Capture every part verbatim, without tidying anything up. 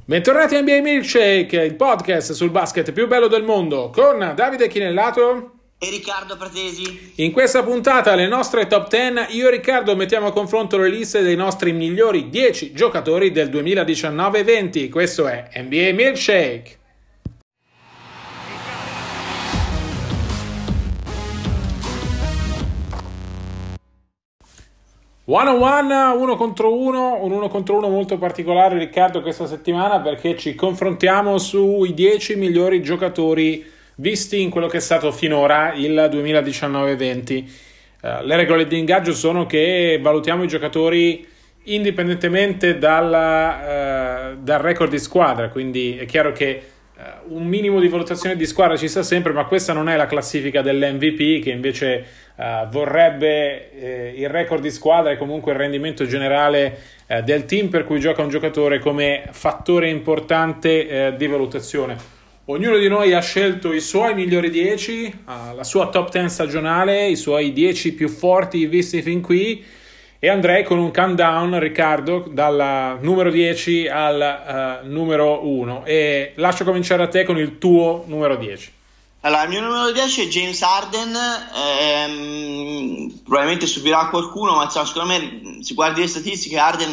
Bentornati a N B A Milkshake, il podcast sul basket più bello del mondo, con Davide Chinellato e Riccardo Pratesi. In questa puntata, le nostre top dieci, io e Riccardo mettiamo a confronto le liste dei nostri migliori dieci giocatori del duemiladiciannove venti. Questo è N B A Milkshake. One on one, uno contro uno, un uno contro uno molto particolare, Riccardo, questa settimana, perché ci confrontiamo sui dieci migliori giocatori visti in quello che è stato finora il duemiladiciannove venti. Uh, le regole di ingaggio sono che valutiamo i giocatori indipendentemente dalla, uh, dal record di squadra, quindi è chiaro che uh, un minimo di valutazione di squadra ci sta sempre, ma questa non è la classifica dell'M V P, che invece Uh, vorrebbe eh, il record di squadra e comunque il rendimento generale eh, del team per cui gioca un giocatore come fattore importante eh, di valutazione. Ognuno di noi ha scelto i suoi migliori dieci, uh, la sua top dieci stagionale, i suoi dieci più forti visti fin qui, e andrei con un countdown, Riccardo, dal numero dieci al uh, numero uno, e lascio cominciare a te con il tuo numero dieci. Allora, il mio numero dieci è James Harden, ehm, probabilmente stupirà qualcuno, ma insomma, secondo me, se guardi le statistiche, Harden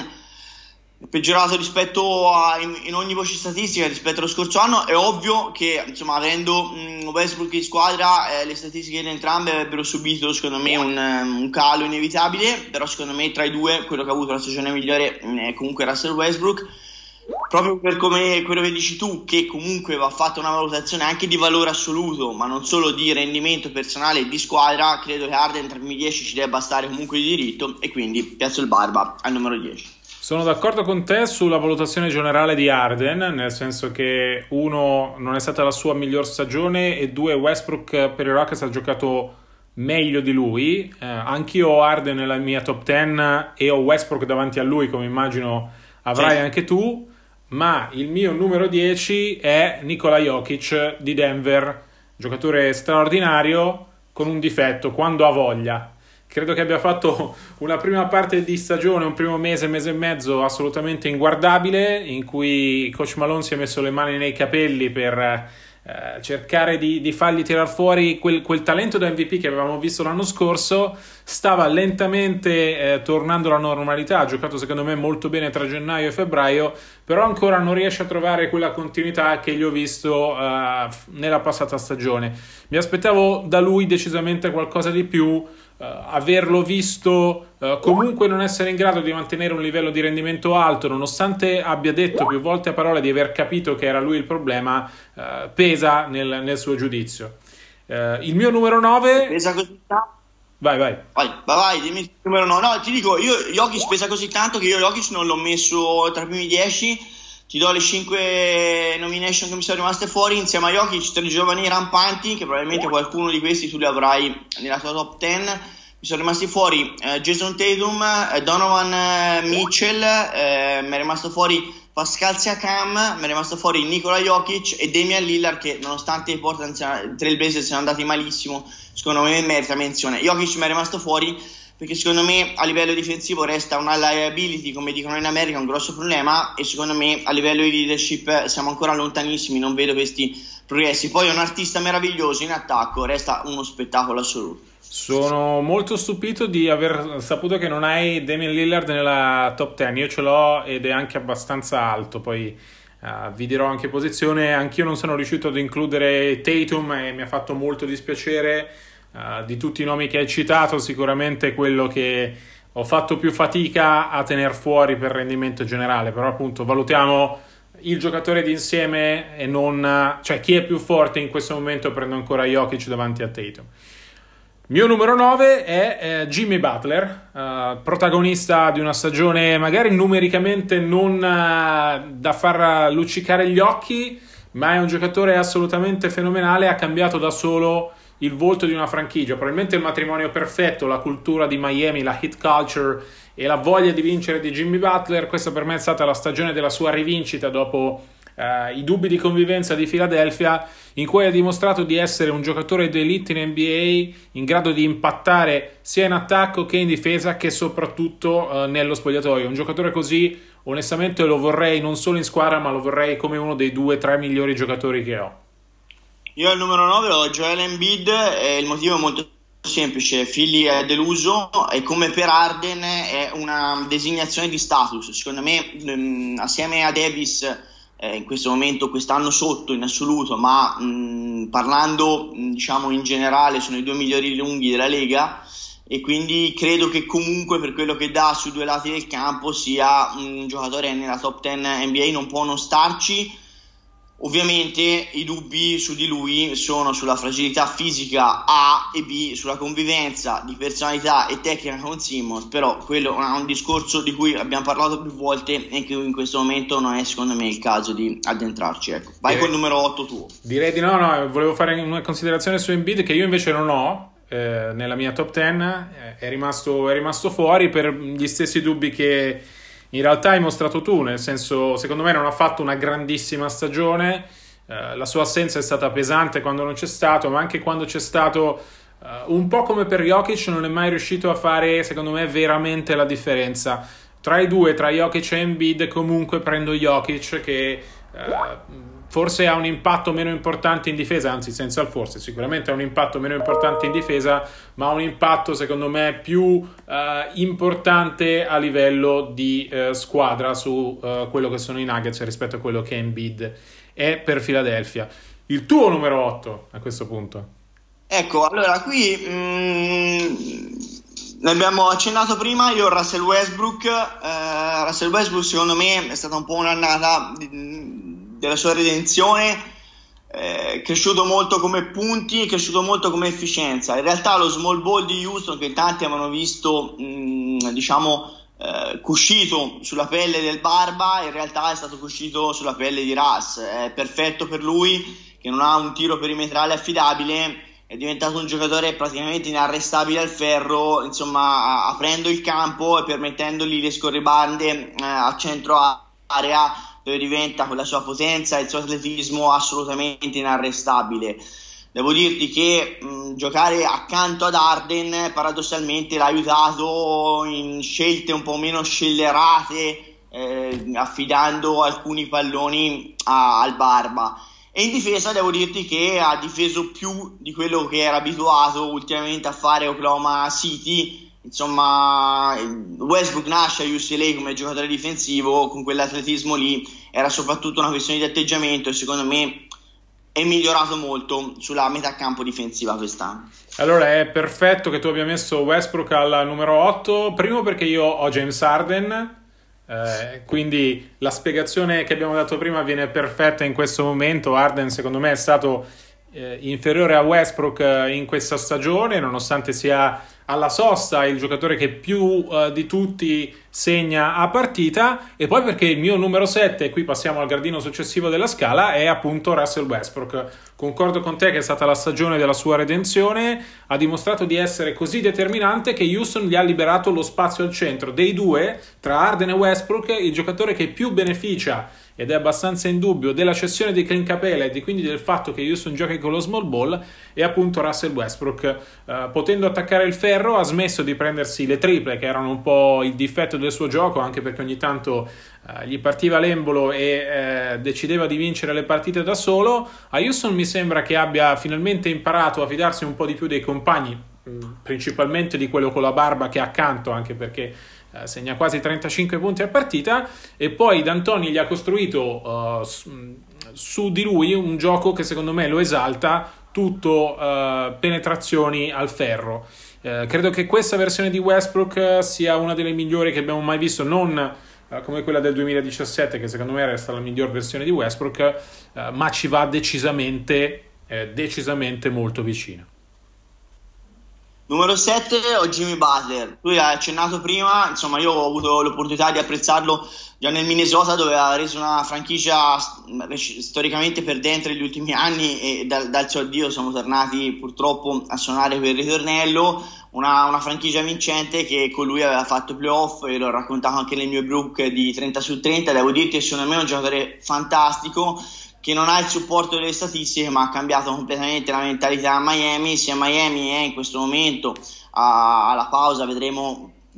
è peggiorato rispetto a, in, in ogni voce statistica rispetto allo scorso anno. È ovvio che, insomma, avendo mh, Westbrook in squadra, eh, le statistiche di entrambe avrebbero subito, secondo me, un, un calo inevitabile, però secondo me tra i due quello che ha avuto la stagione migliore è comunque Russell Westbrook. Proprio per come quello che dici tu, che comunque va fatta una valutazione anche di valore assoluto, ma non solo di rendimento personale e di squadra, credo che Harden tra i miei dieci ci debba stare comunque di diritto, e quindi piazzo il Barba al numero dieci. Sono d'accordo con te sulla valutazione generale di Harden, nel senso che uno, non è stata la sua miglior stagione, e due, Westbrook per i Rockets ha giocato meglio di lui. Eh, anch'io ho Harden nella mia top dieci e ho Westbrook davanti a lui, come immagino avrai sì. Anche tu. Ma il mio numero dieci è Nikola Jokic di Denver, giocatore straordinario con un difetto: quando ha voglia. Credo che abbia fatto una prima parte di stagione, un primo mese, mese e mezzo assolutamente inguardabile, in cui Coach Malone si è messo le mani nei capelli per eh, cercare di, di fargli tirar fuori quel, quel talento da M V P che avevamo visto l'anno scorso. Stava lentamente eh, tornando alla normalità, ha giocato secondo me molto bene tra gennaio e febbraio, però ancora non riesce a trovare quella continuità che gli ho visto uh, nella passata stagione. Mi aspettavo da lui decisamente qualcosa di più, uh, averlo visto uh, comunque non essere in grado di mantenere un livello di rendimento alto, nonostante abbia detto più volte a parole di aver capito che era lui il problema, uh, pesa nel, nel suo giudizio. Uh, il mio numero nove... Pesa così tanto? Vai, vai. Vai, vai, vai, dimmi il numero nove. No, ti dico, io Jokic pesa così tanto che io Jokic non l'ho messo tra i primi dieci. Ti do le cinque nomination che mi sono rimaste fuori. Insieme a Jokic, tre giovani rampanti, che probabilmente qualcuno di questi tu li avrai nella tua top dieci. Mi sono rimasti fuori eh, Jason Tatum, eh, Donovan eh, Mitchell, eh, mi è rimasto fuori Pascal Siakam, mi è rimasto fuori Nikola Jokic e Damian Lillard, che nonostante i Portland Trailblazers siano andati malissimo, secondo me merita menzione. Jokic mi è rimasto fuori perché secondo me a livello difensivo resta una liability, come dicono in America, un grosso problema, e secondo me a livello di leadership siamo ancora lontanissimi, non vedo questi progressi. Poi è un artista meraviglioso in attacco, resta uno spettacolo assoluto. Sono molto stupito di aver saputo che non hai Damian Lillard nella top dieci. Io ce l'ho ed è anche abbastanza alto. Poi uh, vi dirò anche posizione. Anch'io non sono riuscito ad includere Tatum e mi ha fatto molto dispiacere. Uh, di tutti i nomi che hai citato, sicuramente quello che ho fatto più fatica a tener fuori per rendimento generale. Però appunto valutiamo il giocatore d'insieme e non, cioè chi è più forte in questo momento. Prendo ancora Jokic davanti a Tatum. Mio numero nove è eh, Jimmy Butler, eh, protagonista di una stagione magari numericamente non eh, da far luccicare gli occhi, ma è un giocatore assolutamente fenomenale. Ha cambiato da solo il volto di una franchigia, probabilmente il matrimonio perfetto, la cultura di Miami, la hit culture e la voglia di vincere di Jimmy Butler. Questa per me è stata la stagione della sua rivincita dopo Uh, i dubbi di convivenza di Philadelphia, in cui ha dimostrato di essere un giocatore d'elite in N B A, in grado di impattare sia in attacco che in difesa, che soprattutto uh, nello spogliatoio. Un giocatore così onestamente lo vorrei non solo in squadra, ma lo vorrei come uno dei due tre migliori giocatori che ho. Io al numero nove ho Joel Embiid e il motivo è molto semplice. Philly è deluso e come per Harden è una designazione di status. Secondo me mh, assieme a Davis eh, in questo momento, quest'anno sotto in assoluto, ma mh, parlando mh, diciamo in generale sono i due migliori lunghi della Lega, e quindi credo che comunque per quello che dà sui due lati del campo sia un giocatore nella top dieci N B A, non può non starci. Ovviamente i dubbi su di lui sono sulla fragilità fisica A e B, sulla convivenza di personalità e tecnica con Simmons, però quello è un discorso di cui abbiamo parlato più volte e che in questo momento non è secondo me il caso di addentrarci. Ecco. Vai direi, col numero otto tuo. Direi di no, no, volevo fare una considerazione su Embiid che io invece non ho eh, nella mia top dieci, eh, è, rimasto, è rimasto fuori per gli stessi dubbi che in realtà hai mostrato tu, nel senso, secondo me non ha fatto una grandissima stagione, eh, la sua assenza è stata pesante quando non c'è stato, ma anche quando c'è stato, eh, un po' come per Jokic, non è mai riuscito a fare, secondo me, veramente la differenza. Tra i due, tra Jokic e Embiid, comunque prendo Jokic che eh, forse ha un impatto meno importante in difesa, anzi senza il forse, sicuramente ha un impatto meno importante in difesa, ma ha un impatto secondo me più eh, importante a livello di eh, squadra su eh, quello che sono i Nuggets rispetto a quello che Embiid è per Philadelphia. Il tuo numero otto a questo punto? Ecco, allora qui mh, ne abbiamo accennato prima, io Russell Westbrook, eh, Russell Westbrook secondo me è stata un po' un'annata di, della sua redenzione, eh, cresciuto molto come punti, cresciuto molto come efficienza. In realtà lo small ball di Houston, che tanti avevano visto mh, diciamo eh, cuscito sulla pelle del Barba, in realtà è stato cuscito sulla pelle di Russ. È perfetto per lui, che non ha un tiro perimetrale affidabile, è diventato un giocatore praticamente inarrestabile al ferro, insomma aprendo il campo e permettendogli le scorribande eh, a centro area, dove diventa con la sua potenza e il suo atletismo assolutamente inarrestabile. Devo dirti che mh, giocare accanto ad Harden paradossalmente l'ha aiutato in scelte un po' meno scellerate, eh, affidando alcuni palloni a, al Barba. E in difesa devo dirti che ha difeso più di quello che era abituato ultimamente a fare Oklahoma City. Insomma, Westbrook nasce a U C L A come giocatore difensivo, con quell'atletismo lì era soprattutto una questione di atteggiamento e secondo me è migliorato molto sulla metà campo difensiva quest'anno. Allora è perfetto che tu abbia messo Westbrook al numero otto, primo perché io ho James Harden, eh, quindi la spiegazione che abbiamo dato prima viene perfetta in questo momento. Harden secondo me è stato eh, inferiore a Westbrook eh, in questa stagione, nonostante sia alla sosta il giocatore che più uh, di tutti segna a partita, e poi perché il mio numero sette, e qui passiamo al gradino successivo della scala, è appunto Russell Westbrook. Concordo con te che è stata la stagione della sua redenzione, ha dimostrato di essere così determinante che Houston gli ha liberato lo spazio al centro. Dei due, tra Harden e Westbrook, il giocatore che più beneficia, ed è abbastanza indubbio, della cessione di Clint Capela e di quindi del fatto che Houston giochi con lo small ball, è appunto Russell Westbrook. Uh, potendo attaccare il ferro ha smesso di prendersi le triple, che erano un po' il difetto del suo gioco, anche perché ogni tanto uh, gli partiva l'embolo e uh, decideva di vincere le partite da solo. A Houston mi sembra che abbia finalmente imparato a fidarsi un po' di più dei compagni, mh, principalmente di quello con la barba che ha accanto, anche perché Uh, segna quasi trentacinque punti a partita, e poi D'Antoni gli ha costruito uh, su, su di lui un gioco che secondo me lo esalta, tutto uh, penetrazioni al ferro. Uh, credo che questa versione di Westbrook sia una delle migliori che abbiamo mai visto, non uh, come quella del duemiladiciassette, che secondo me resta la miglior versione di Westbrook, uh, ma ci va decisamente, eh, decisamente molto vicino. Numero sette ho Jimmy Butler. Lui ha accennato prima, insomma io ho avuto l'opportunità di apprezzarlo già nel Minnesota, dove ha reso una franchigia storicamente perdente negli ultimi anni, e dal, dal suo addio siamo tornati purtroppo a suonare per il ritornello. Una, una franchigia vincente che con lui aveva fatto playoff, e l'ho raccontato anche nel mio book di trenta su trenta. Devo dirti che secondo me è un giocatore fantastico, che non ha il supporto delle statistiche, ma ha cambiato completamente la mentalità a Miami. Se Miami è in questo momento a, alla pausa, vedremo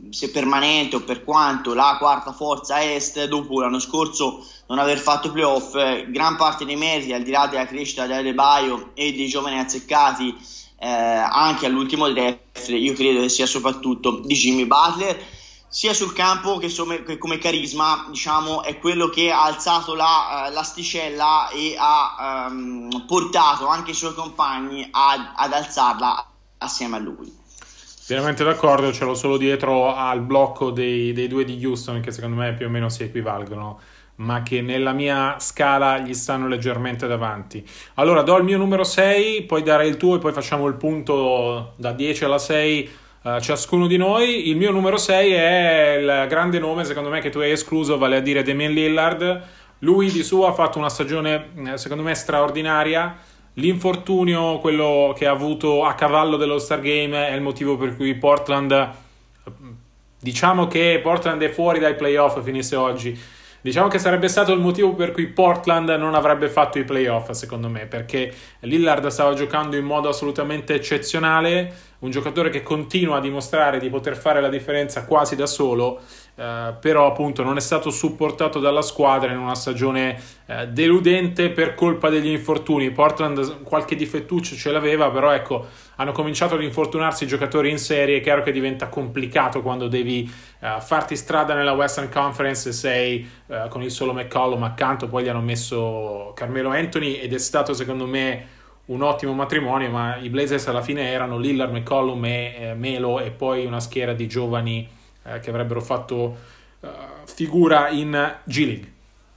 se permanente o per quanto la quarta forza est dopo l'anno scorso non aver fatto playoff, gran parte dei meriti, al di là della crescita di Adebayo e dei giovani azzeccati eh, anche all'ultimo draft, io credo che sia soprattutto di Jimmy Butler, sia sul campo che, some, che come carisma, diciamo, è quello che ha alzato la, uh, l'asticella e ha um, portato anche i suoi compagni ad, ad alzarla assieme a lui. Pienamente d'accordo, ce l'ho solo dietro al blocco dei, dei due di Houston, che secondo me più o meno si equivalgono, ma che nella mia scala gli stanno leggermente davanti. Allora do il mio numero sei, poi darei il tuo e poi facciamo il punto da dieci alla sei Uh, ciascuno di noi. Il mio numero sei è il grande nome, secondo me, che tu hai escluso, vale a dire Damian Lillard. Lui di suo ha fatto una stagione secondo me straordinaria. L'infortunio, quello che ha avuto a cavallo dell'All-Star Game, è il motivo per cui Portland, diciamo che Portland è fuori dai playoff, finisse oggi. Diciamo che sarebbe stato il motivo per cui Portland non avrebbe fatto i playoff, secondo me, perché Lillard stava giocando in modo assolutamente eccezionale, un giocatore che continua a dimostrare di poter fare la differenza quasi da solo, eh, però appunto non è stato supportato dalla squadra in una stagione eh, deludente per colpa degli infortuni. Portland qualche difettuccio ce l'aveva, però ecco, hanno cominciato ad infortunarsi i giocatori in serie. È chiaro che diventa complicato quando devi uh, farti strada nella Western Conference e sei uh, con il solo McCollum accanto. Poi gli hanno messo Carmelo Anthony ed è stato secondo me un ottimo matrimonio, ma i Blazers alla fine erano Lillard, McCollum e eh, Melo, e poi una schiera di giovani eh, che avrebbero fatto uh, figura in G League.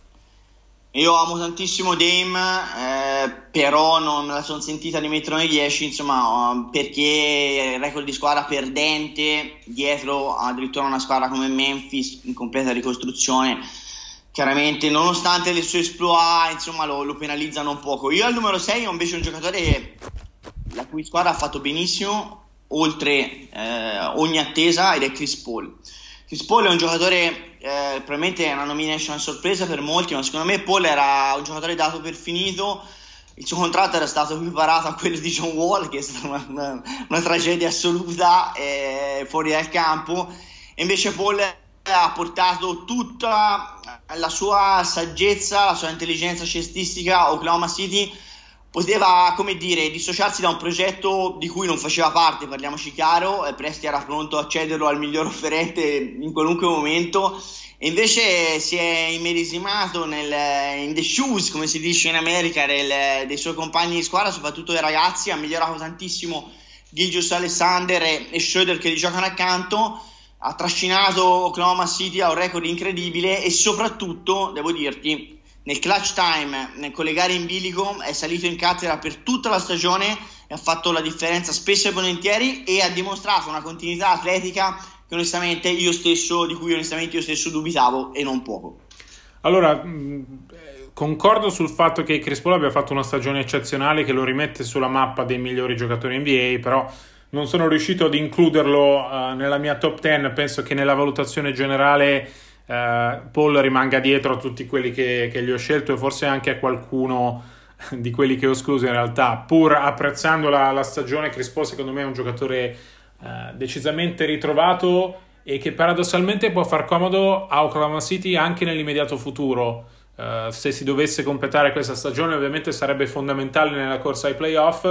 Io amo tantissimo Dame, eh, però non me la sono sentita di metterlo nei dieci, insomma, perché il record di squadra perdente dietro addirittura una squadra come Memphis in completa ricostruzione, chiaramente nonostante le sue exploit, insomma, lo, lo penalizzano un poco. Io al numero sei ho invece un giocatore la cui squadra ha fatto benissimo oltre eh, ogni attesa, ed è Chris Paul. Chris Paul è un giocatore, eh, probabilmente è una nomination a sorpresa per molti, ma secondo me Paul era un giocatore dato per finito. Il suo contratto era stato equiparato a quello di John Wall, che è stata una, una, una tragedia assoluta eh, fuori dal campo, e invece Paul ha portato tutta la sua saggezza, la sua intelligenza cestistica. Oklahoma City poteva, come dire, dissociarsi da un progetto di cui non faceva parte, parliamoci chiaro, e Presti era pronto a cederlo al miglior offerente in qualunque momento, e invece si è immedesimato nel, in the shoes, come si dice in America, del, dei suoi compagni di squadra, soprattutto dei ragazzi. Ha migliorato tantissimo Gilgeous-Alexander e, e Schroeder che gli giocano accanto, ha trascinato Oklahoma City a un record incredibile, e soprattutto, devo dirti, nel clutch time, con le gare in bilico, è salito in cattedra per tutta la stagione e ha fatto la differenza spesso e volentieri, e ha dimostrato una continuità atletica che onestamente io stesso, di cui onestamente io stesso dubitavo, e non poco. Allora, mh, concordo sul fatto che Chris Paul abbia fatto una stagione eccezionale che lo rimette sulla mappa dei migliori giocatori N B A, però non sono riuscito ad includerlo uh, nella mia top dieci. Penso che nella valutazione generale Uh, Paul rimanga dietro a tutti quelli che, che gli ho scelto, e forse anche a qualcuno di quelli che ho escluso in realtà. Pur apprezzando la, la stagione, Chris Paul secondo me è un giocatore uh, decisamente ritrovato, e che paradossalmente può far comodo a Oklahoma City anche nell'immediato futuro. Uh, se si dovesse completare questa stagione, ovviamente sarebbe fondamentale nella corsa ai playoff,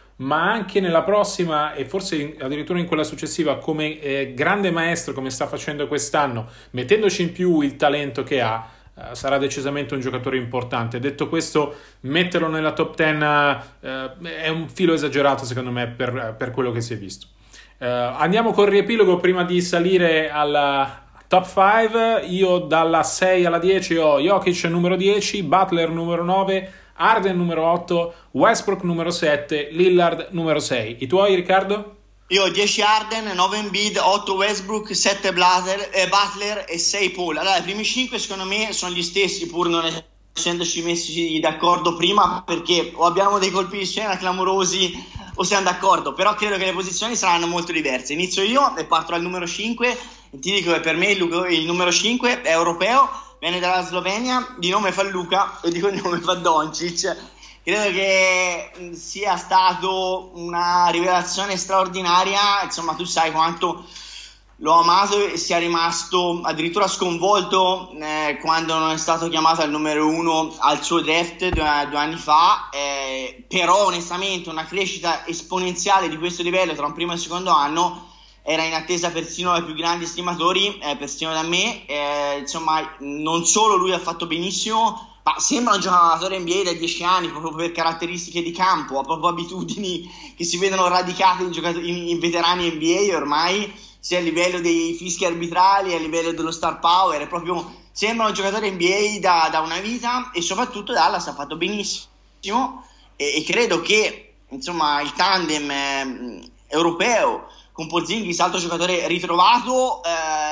ma anche nella prossima, e forse in, addirittura in quella successiva, come eh, grande maestro, come sta facendo quest'anno, mettendoci in più il talento che ha, eh, sarà decisamente un giocatore importante. Detto questo, metterlo nella top dieci eh, è un filo esagerato secondo me per, per quello che si è visto. Eh, andiamo col riepilogo prima di salire alla top cinque. Io dalla sei alla dieci ho Jokic numero dieci, Butler numero nove, Harden numero otto, Westbrook numero sette, Lillard numero sei. I tuoi, Riccardo? Io ho dieci Harden, nove Embiid, otto Westbrook, sette Butler, eh, Butler e sei Paul. Allora, i primi cinque secondo me sono gli stessi, pur non essendoci messi d'accordo prima, perché o abbiamo dei colpi di scena clamorosi o siamo d'accordo, però credo che le posizioni saranno molto diverse. Inizio io e parto dal numero cinque, e ti dico che per me il, il numero cinque è europeo, viene dalla Slovenia, di nome fa Luka e di cognome fa Doncic. Credo che sia stato una rivelazione straordinaria. Insomma, tu sai quanto l'ho amato e sia rimasto addirittura sconvolto eh, quando non è stato chiamato al numero uno al suo draft due, due anni fa, eh, però onestamente una crescita esponenziale di questo livello tra un primo e un secondo anno era in attesa persino dai più grandi stimatori, eh, persino da me. Eh, insomma, non solo lui ha fatto benissimo, ma sembra un giocatore N B A da dieci anni, proprio per caratteristiche di campo, ha proprio abitudini che si vedono radicate in, giocatori, in, in veterani N B A ormai, sia a livello dei fischi arbitrali, a livello dello star power. È proprio, sembra un giocatore N B A da, da una vita, e soprattutto Dallas ha fatto benissimo, e, e credo che insomma il tandem eh, europeo con Porzingis, altro giocatore ritrovato,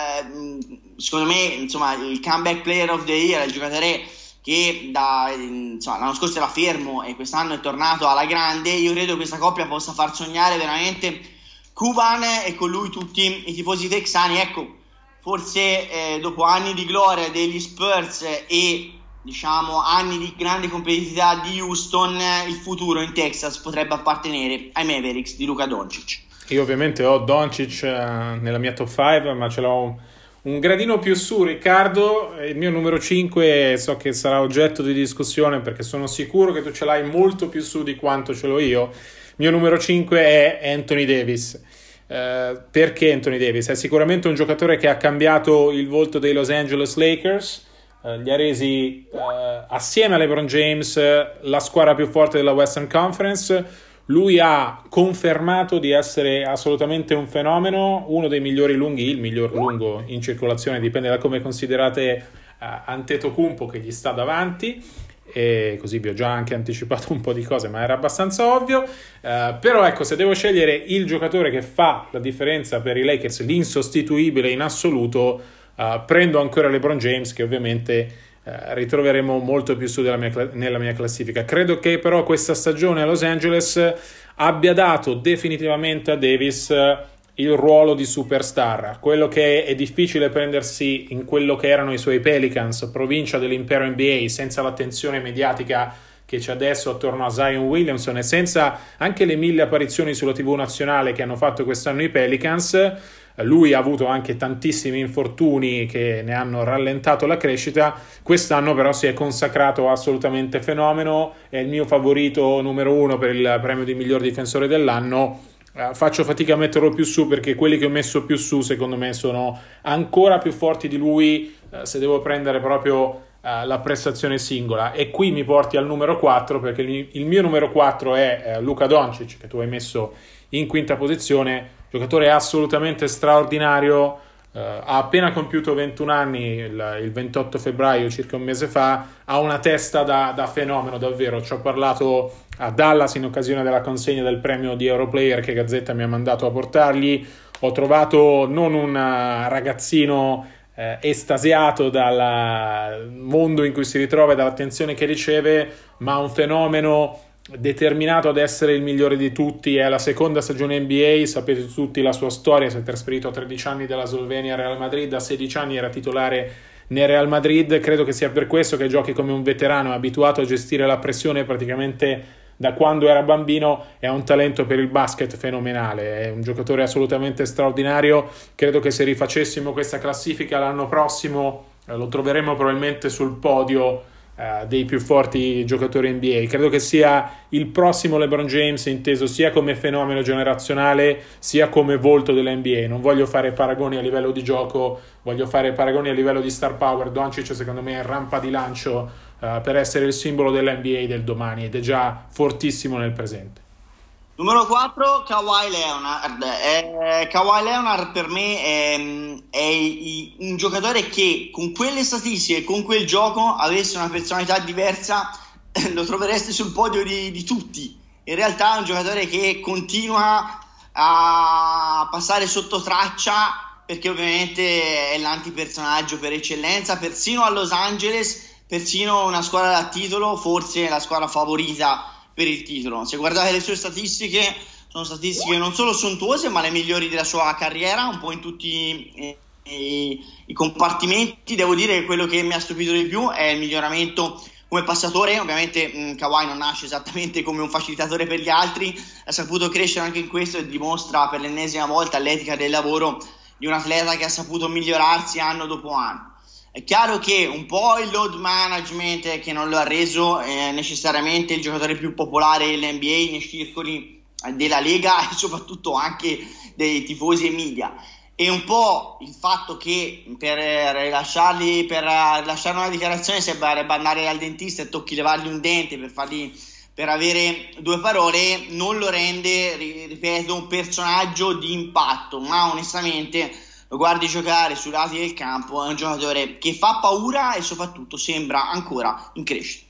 eh, secondo me insomma il comeback player of the year, il giocatore che da, insomma, l'anno scorso era fermo e quest'anno è tornato alla grande. Io credo che questa coppia possa far sognare veramente Cuban e con lui tutti i tifosi texani. Ecco, forse eh, dopo anni di gloria degli Spurs e diciamo anni di grande competitività di Houston, il futuro in Texas potrebbe appartenere ai Mavericks di Luka Doncic. Io ovviamente ho Doncic nella mia top cinque, ma ce l'ho un, un gradino più su, Riccardo. Il mio numero cinque so che sarà oggetto di discussione, perché sono sicuro che tu ce l'hai molto più su di quanto ce l'ho io. Il mio numero cinque è Anthony Davis. Uh, perché Anthony Davis? È sicuramente un giocatore che ha cambiato il volto dei Los Angeles Lakers, uh, li ha resi uh, assieme a LeBron James la squadra più forte della Western Conference. Lui ha confermato di essere assolutamente un fenomeno, uno dei migliori lunghi, il miglior lungo in circolazione, dipende da come considerate uh, Antetokounmpo che gli sta davanti, e così vi ho già anche anticipato un po' di cose, ma era abbastanza ovvio. Uh, però ecco, se devo scegliere il giocatore che fa la differenza per i Lakers, l'insostituibile in assoluto, uh, prendo ancora LeBron James, che ovviamente Uh, ritroveremo molto più su della mia, nella mia classifica. Credo che però questa stagione a Los Angeles abbia dato definitivamente a Davis uh, il ruolo di superstar, quello che è difficile prendersi in quello che erano i suoi Pelicans, provincia dell'impero N B A, senza l'attenzione mediatica che c'è adesso attorno a Zion Williamson e senza anche le mille apparizioni sulla tivù nazionale che hanno fatto quest'anno i Pelicans. Lui ha avuto anche tantissimi infortuni che ne hanno rallentato la crescita. Quest'anno però si è consacrato assolutamente fenomeno, è il mio favorito numero uno per il premio di miglior difensore dell'anno. Uh, faccio fatica a metterlo più su, perché quelli che ho messo più su secondo me sono ancora più forti di lui, uh, se devo prendere proprio uh, la prestazione singola. E qui mi porti al numero quattro, perché il, il mio numero quattro è uh, Luka Doncic, che tu hai messo in quinta posizione. Giocatore assolutamente straordinario, uh, ha appena compiuto ventuno anni il, il ventotto febbraio, circa un mese fa. Ha una testa da, da fenomeno davvero. Ci ho parlato a Dallas in occasione della consegna del premio di Europlayer che Gazzetta mi ha mandato a portargli. Ho trovato non un ragazzino eh, estasiato dal mondo in cui si ritrova e dall'attenzione che riceve, ma un fenomeno determinato ad essere il migliore di tutti. È la seconda stagione N B A, sapete tutti la sua storia, si è trasferito a tredici anni dalla Slovenia al Real Madrid, a sedici anni era titolare nel Real Madrid. Credo che sia per questo che giochi come un veterano, è abituato a gestire la pressione praticamente da quando era bambino, è un talento per il basket fenomenale, è un giocatore assolutamente straordinario. Credo che se rifacessimo questa classifica l'anno prossimo eh, lo troveremo probabilmente sul podio Uh, dei più forti giocatori N B A. Credo che sia il prossimo LeBron James, inteso sia come fenomeno generazionale sia come volto dell'N B A. Non voglio fare paragoni a livello di gioco, voglio fare paragoni a livello di star power. Doncic secondo me è rampa di lancio uh, per essere il simbolo dell'N B A del domani, ed è già fortissimo nel presente. Numero quattro, Kawhi Leonard. Eh, Kawhi Leonard per me è, è un giocatore che con quelle statistiche, con quel gioco, avesse una personalità diversa, lo trovereste sul podio di, di tutti. In realtà è un giocatore che continua a passare sotto traccia, perché ovviamente è l'antipersonaggio per eccellenza, persino a Los Angeles, persino una squadra da titolo, forse la squadra favorita per il titolo. Se guardate le sue statistiche, sono statistiche non solo sontuose, ma le migliori della sua carriera, un po' in tutti i, i, i compartimenti. Devo dire che quello che mi ha stupito di più è il miglioramento come passatore. Ovviamente mh, Kawhi non nasce esattamente come un facilitatore per gli altri, ha saputo crescere anche in questo e dimostra per l'ennesima volta l'etica del lavoro di un atleta che ha saputo migliorarsi anno dopo anno. È chiaro che un po' il load management che non lo ha reso eh, necessariamente il giocatore più popolare dell'N B A nei circoli della Lega e soprattutto anche dei tifosi e media, e un po' il fatto che per rilasciarli, per rilasciare una dichiarazione sembra andare al dentista e tocchi levargli un dente per fargli, per avere due parole, non lo rende, ripeto, un personaggio di impatto, ma onestamente lo guardi giocare sui lati del campo, è un giocatore che fa paura e soprattutto sembra ancora in crescita.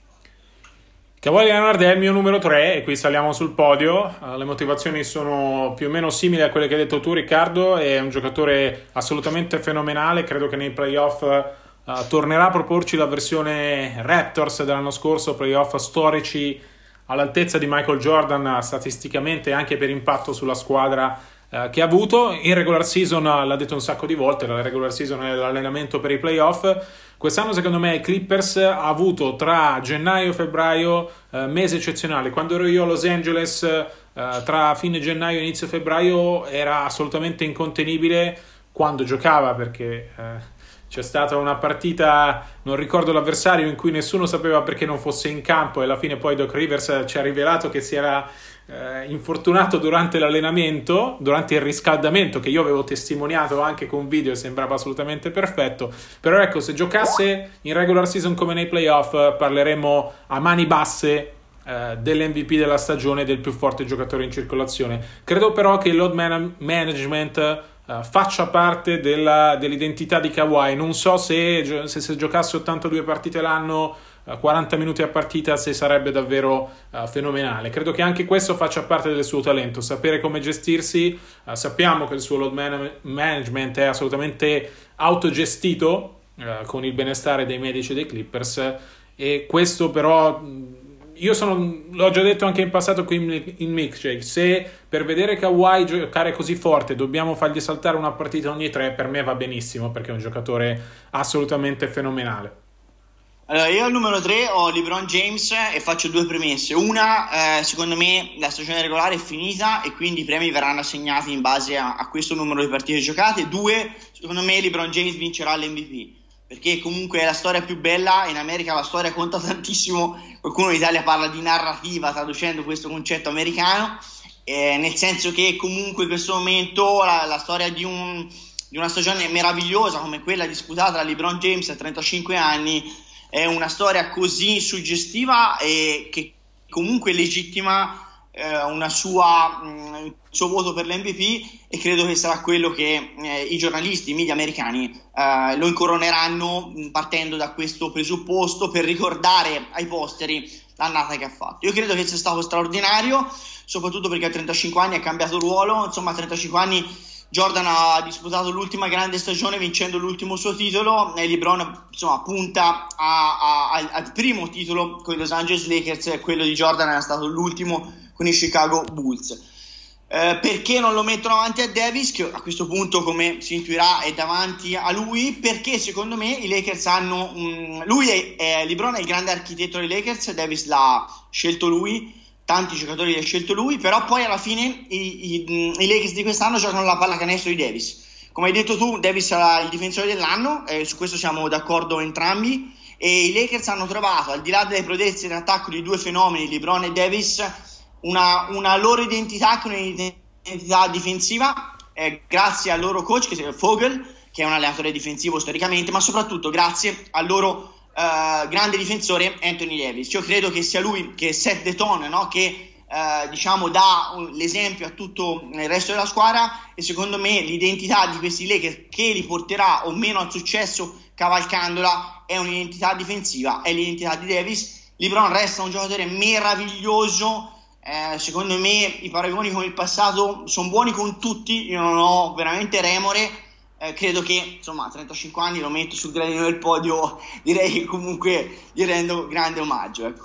Kawhi Leonard è il mio numero tre e qui saliamo sul podio. Uh, le motivazioni sono più o meno simili a quelle che hai detto tu, Riccardo. È un giocatore assolutamente fenomenale, credo che nei playoff uh, tornerà a proporci la versione Raptors dell'anno scorso, playoff storici all'altezza di Michael Jordan statisticamente e anche per impatto sulla squadra uh, che ha avuto. In regular season, uh, l'ha detto un sacco di volte, la regular season è l'allenamento per i playoff. Quest'anno secondo me i Clippers ha avuto tra gennaio e febbraio eh, mesi eccezionali. Quando ero io a Los Angeles eh, tra fine gennaio e inizio febbraio era assolutamente incontenibile quando giocava, perché eh, c'è stata una partita, non ricordo l'avversario, in cui nessuno sapeva perché non fosse in campo e alla fine poi Doc Rivers ci ha rivelato che si era eh, infortunato durante l'allenamento, durante il riscaldamento, che io avevo testimoniato anche con video e sembrava assolutamente perfetto. Però ecco, se giocasse in regular season come nei playoff parleremmo a mani basse eh, dell'M V P della stagione, del più forte giocatore in circolazione. Credo però che il load man- management Uh, faccia parte della, dell'identità di Kawhi. Non so se, se, se giocasse ottantadue partite l'anno, uh, quaranta minuti a partita, se sarebbe davvero uh, fenomenale. Credo che anche questo faccia parte del suo talento, sapere come gestirsi. Uh, sappiamo che il suo load man- management è assolutamente autogestito uh, con il benestare dei medici dei Clippers, e questo però io sono, l'ho già detto anche in passato qui in, in Milkshake, se per vedere Kawhi giocare così forte dobbiamo fargli saltare una partita ogni tre, per me va benissimo, perché è un giocatore assolutamente fenomenale. Allora, io al numero tre ho LeBron James e faccio due premesse. Una, eh, secondo me la stagione regolare è finita e quindi i premi verranno assegnati in base a, a questo numero di partite giocate. Due, secondo me LeBron James vincerà l'M V P, perché comunque è la storia più bella. In America la storia conta tantissimo, qualcuno in Italia parla di narrativa traducendo questo concetto americano, eh, nel senso che comunque in questo momento la, la storia di, un, di una stagione meravigliosa come quella disputata da LeBron James a trentacinque anni è una storia così suggestiva e che comunque legittima eh, una sua, mh, il suo voto per l'M V P, e credo che sarà quello che eh, i giornalisti, i media americani eh, lo incoroneranno mh, partendo da questo presupposto, per ricordare ai posteri l'annata che ha fatto. Io credo che sia stato straordinario, soprattutto perché a trentacinque anni ha cambiato ruolo. Insomma, a trentacinque anni Jordan ha disputato l'ultima grande stagione vincendo l'ultimo suo titolo, e LeBron insomma punta a, a, a, al primo titolo con i Los Angeles Lakers, e quello di Jordan era stato l'ultimo con i Chicago Bulls. Eh, perché non lo mettono avanti a Davis, che a questo punto, come si intuirà, è davanti a lui? Perché secondo me i Lakers hanno um, lui è, è LeBron è il grande architetto dei Lakers, Davis l'ha scelto lui, tanti giocatori li ha scelto lui, però poi alla fine i, i, i Lakers di quest'anno giocano la pallacanestro di Davis. Come hai detto tu, Davis sarà il difensore dell'anno, eh, su questo siamo d'accordo entrambi, e i Lakers hanno trovato, al di là delle prodezze in attacco di due fenomeni, LeBron e Davis, una, una loro identità, che è un'identità difensiva, eh, grazie al loro coach, che è Vogel, che è un allenatore difensivo storicamente, ma soprattutto grazie al loro Uh, grande difensore Anthony Davis. Io credo che sia lui, che set the tone, no? che uh, diciamo dà un, l'esempio a tutto il resto della squadra, e secondo me l'identità di questi Lakers, che li porterà o meno al successo cavalcandola, è un'identità difensiva, è l'identità di Davis. LeBron resta un giocatore meraviglioso, eh, secondo me i paragoni con il passato sono buoni con tutti, io non ho veramente remore. Eh, credo che insomma a trentacinque anni lo metto sul gradino del podio, direi che comunque gli rendo grande omaggio, ecco.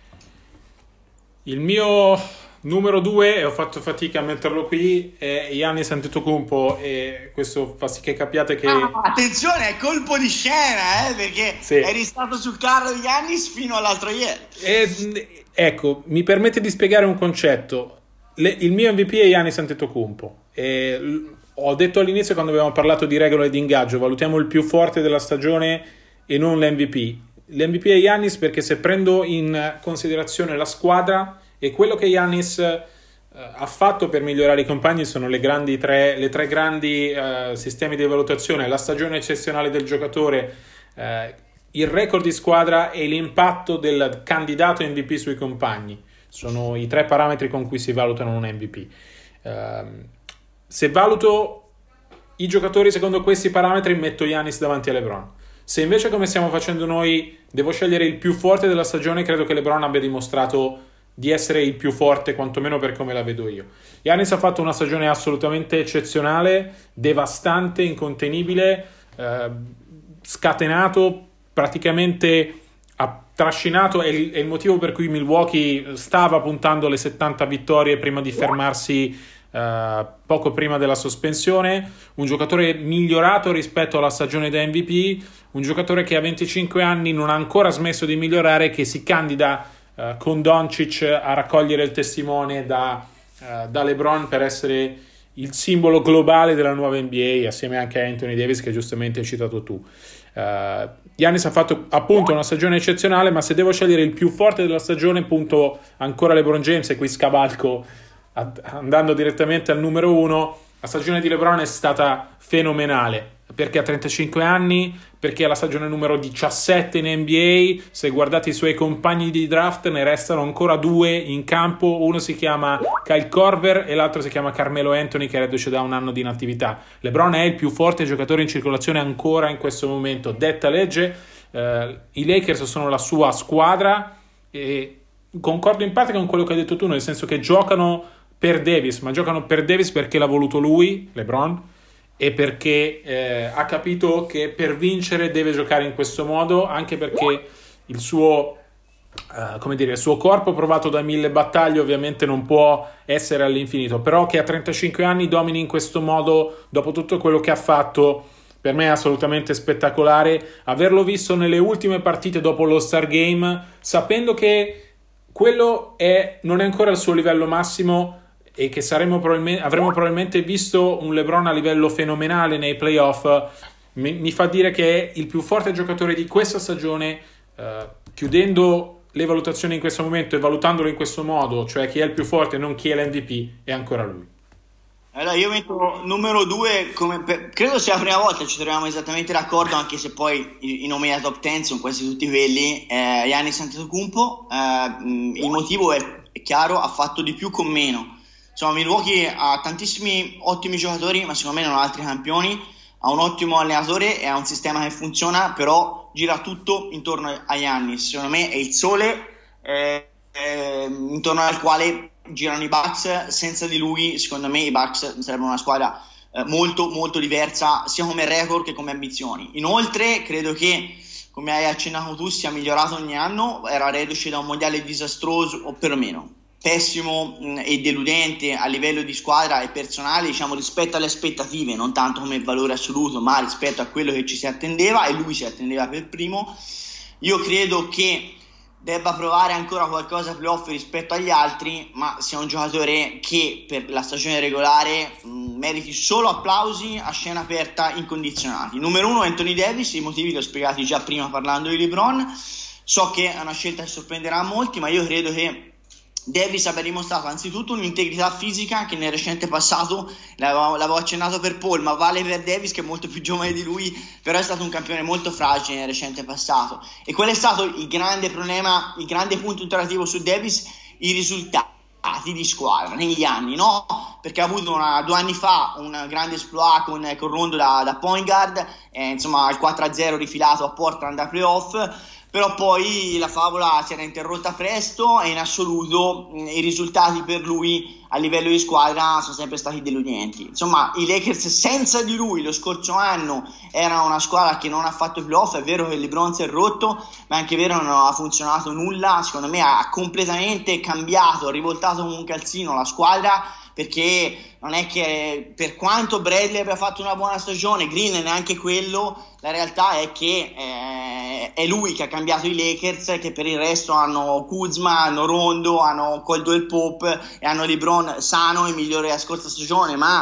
Il mio numero due, e ho fatto fatica a metterlo qui, è Giannis Antetokounmpo, e questo fa sì che capiate che ah, attenzione, è colpo di scena, eh, perché sì, eri stato sul carro di Giannis fino all'altro ieri. E, ecco, mi permette di spiegare un concetto. Le, il mio M V P è Giannis Antetokounmpo, e ho detto all'inizio quando abbiamo parlato di regole di ingaggio, valutiamo il più forte della stagione e non l'M V P. L'M V P è Giannis perché se prendo in considerazione la squadra e quello che Giannis eh, ha fatto per migliorare i compagni sono le grandi tre, le tre grandi eh, sistemi di valutazione, la stagione eccezionale del giocatore, eh, il record di squadra e l'impatto del candidato M V P sui compagni. Sono i tre parametri con cui si valutano un M V P. Uh, se valuto i giocatori secondo questi parametri metto Giannis davanti a LeBron. Se invece, come stiamo facendo noi, devo scegliere il più forte della stagione, credo che LeBron abbia dimostrato di essere il più forte, quantomeno per come la vedo io. Giannis ha fatto una stagione assolutamente eccezionale, devastante, incontenibile, uh, scatenato, praticamente ha trascinato, è il, è il motivo per cui Milwaukee stava puntando alle settanta vittorie prima di fermarsi uh, poco prima della sospensione. Un giocatore migliorato rispetto alla stagione da M V P, un giocatore che a venticinque anni non ha ancora smesso di migliorare, che si candida uh, con Doncic a raccogliere il testimone da, uh, da LeBron per essere il simbolo globale della nuova N B A, assieme anche a Anthony Davis che giustamente hai citato tu. Uh, Giannis ha fatto appunto una stagione eccezionale, ma se devo scegliere il più forte della stagione punto ancora LeBron James, e qui scavalco ad, andando direttamente al numero uno. La stagione di LeBron è stata fenomenale perché ha trentacinque anni, perché è la stagione numero diciassette in N B A. Se guardate i suoi compagni di draft ne restano ancora due in campo, uno si chiama Kyle Korver e l'altro si chiama Carmelo Anthony, che è reduce da un anno di inattività. LeBron è il più forte giocatore in circolazione ancora in questo momento, detta legge. eh, i Lakers sono la sua squadra e concordo in parte con quello che hai detto tu, nel senso che giocano per Davis, ma giocano per Davis perché l'ha voluto lui, LeBron, e perché eh, ha capito che per vincere deve giocare in questo modo, anche perché il suo uh, come dire, il suo corpo provato da mille battaglie ovviamente non può essere all'infinito, però che a trentacinque anni domini in questo modo dopo tutto quello che ha fatto, per me è assolutamente spettacolare. Averlo visto nelle ultime partite dopo l'All-Star Game, sapendo che quello è, non è ancora il suo livello massimo e che saremo probabilmente, avremo probabilmente visto un LeBron a livello fenomenale nei playoff, mi, mi fa dire che è il più forte giocatore di questa stagione. eh, chiudendo le valutazioni in questo momento e valutandolo in questo modo, cioè chi è il più forte e non chi è l'M V P, è ancora lui. Allora io metto numero due, come per, credo sia la prima volta che ci troviamo esattamente d'accordo, anche se poi i, i nomi da top dieci sono quasi tutti quelli. eh, Giannis Antetokounmpo, eh, il motivo è, è chiaro, ha fatto di più con meno. Insomma, Milwaukee ha tantissimi ottimi giocatori, ma secondo me non ha altri campioni, ha un ottimo allenatore e ha un sistema che funziona, però gira tutto intorno a Giannis. Secondo me è il sole eh, eh, intorno al quale girano i Bucks. Senza di lui, secondo me, i Bucks sarebbero una squadra eh, molto molto diversa, sia come record che come ambizioni. Inoltre, credo che, come hai accennato tu, sia migliorato ogni anno. Era reduce da un mondiale disastroso, o perlomeno pessimo mh, e deludente a livello di squadra e personale, diciamo, rispetto alle aspettative, non tanto come valore assoluto, ma rispetto a quello che ci si attendeva, e lui si attendeva per primo. Io credo che debba provare ancora qualcosa a playoff rispetto agli altri, ma sia un giocatore che per la stagione regolare mh, meriti solo applausi a scena aperta incondizionati. Numero uno Anthony Davis, i motivi li ho spiegati già prima parlando di LeBron. So che è una scelta che sorprenderà molti, ma io credo che Davis abbia dimostrato anzitutto un'integrità fisica che nel recente passato, l'avevo, l'avevo accennato per Paul, ma vale per Davis che è molto più giovane di lui, però è stato un campione molto fragile nel recente passato. E qual è stato il grande problema, il grande punto interrogativo su Davis? I risultati di squadra negli anni, no? Perché ha avuto una, due anni fa un grande esploit con, con Rondo da, da point guard, eh, insomma il quattro a zero rifilato a Portland da playoff. Però poi la favola si era interrotta presto e in assoluto mh, i risultati per lui a livello di squadra sono sempre stati deludenti. Insomma, i Lakers senza di lui lo scorso anno erano una squadra che non ha fatto i playoff. È vero che LeBron si è rotto, ma è anche vero che non ha funzionato nulla. Secondo me ha completamente cambiato, rivoltato come un calzino la squadra, perché non è che, per quanto Bradley abbia fatto una buona stagione, Green neanche quello, la realtà è che eh, è lui che ha cambiato i Lakers, che per il resto hanno Kuzma, hanno Rondo, hanno Caldwell Pope e hanno LeBron sano, il migliore della scorsa stagione, ma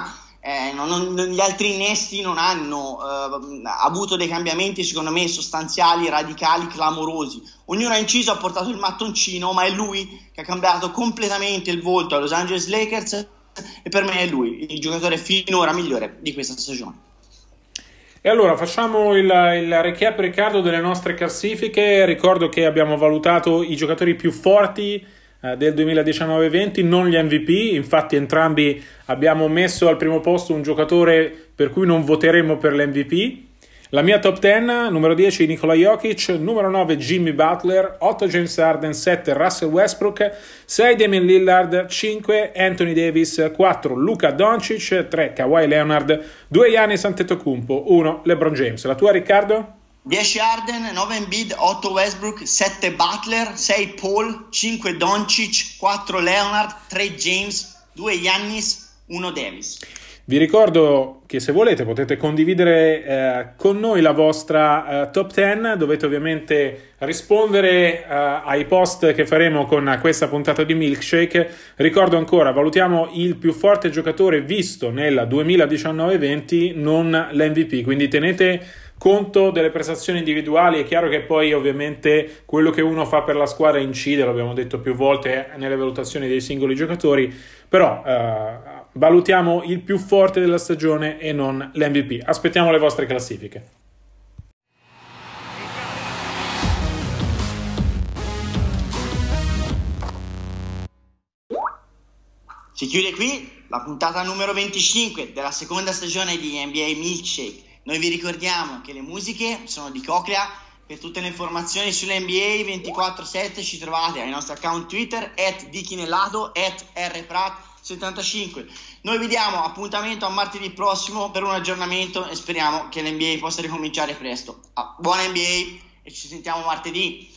eh, non, non, gli altri innesti non hanno eh, avuto dei cambiamenti secondo me sostanziali, radicali, clamorosi. Ognuno ha inciso, ha portato il mattoncino, ma è lui che ha cambiato completamente il volto ai Los Angeles Lakers e per me è lui il giocatore finora migliore di questa stagione. E allora facciamo il, il recap, Riccardo, delle nostre classifiche. Ricordo che abbiamo valutato i giocatori più forti eh, del duemiladiciannove venti, non gli M V P. Infatti entrambi abbiamo messo al primo posto un giocatore per cui non voteremo per l'M V P. La mia top dieci: numero dieci Nikola Jokic, numero nove Jimmy Butler, otto James Harden, sette Russell Westbrook, sei Damian Lillard, cinque Anthony Davis, quattro Luka Doncic, tre Kawhi Leonard, due Giannis Antetokounmpo, uno LeBron James. La tua, Riccardo? dieci Harden, nove Embiid, otto Westbrook, sette Butler, sei Paul, cinque Doncic, quattro Leonard, tre James, due Giannis, uno Davis. Vi ricordo che se volete potete condividere eh, con noi la vostra eh, top dieci, dovete ovviamente rispondere eh, ai post che faremo con questa puntata di Milkshake. Ricordo ancora, valutiamo il più forte giocatore visto nel duemiladiciannove venti, non l'M V P, quindi tenete conto delle prestazioni individuali. È chiaro che poi ovviamente quello che uno fa per la squadra incide, l'abbiamo detto più volte, nelle valutazioni dei singoli giocatori, però eh, valutiamo il più forte della stagione e non l'M V P. Aspettiamo le vostre classifiche. Si chiude qui la puntata numero venticinque della seconda stagione di N B A Milkshake. Noi vi ricordiamo che le musiche sono di Coclea. Per tutte le informazioni sull'N B A ventiquattro sette ci trovate ai nostri account Twitter at dichinellato, at rprat settantacinque. Noi vi diamo appuntamento a martedì prossimo per un aggiornamento e speriamo che l'N B A possa ricominciare presto. Buona N B A e ci sentiamo martedì.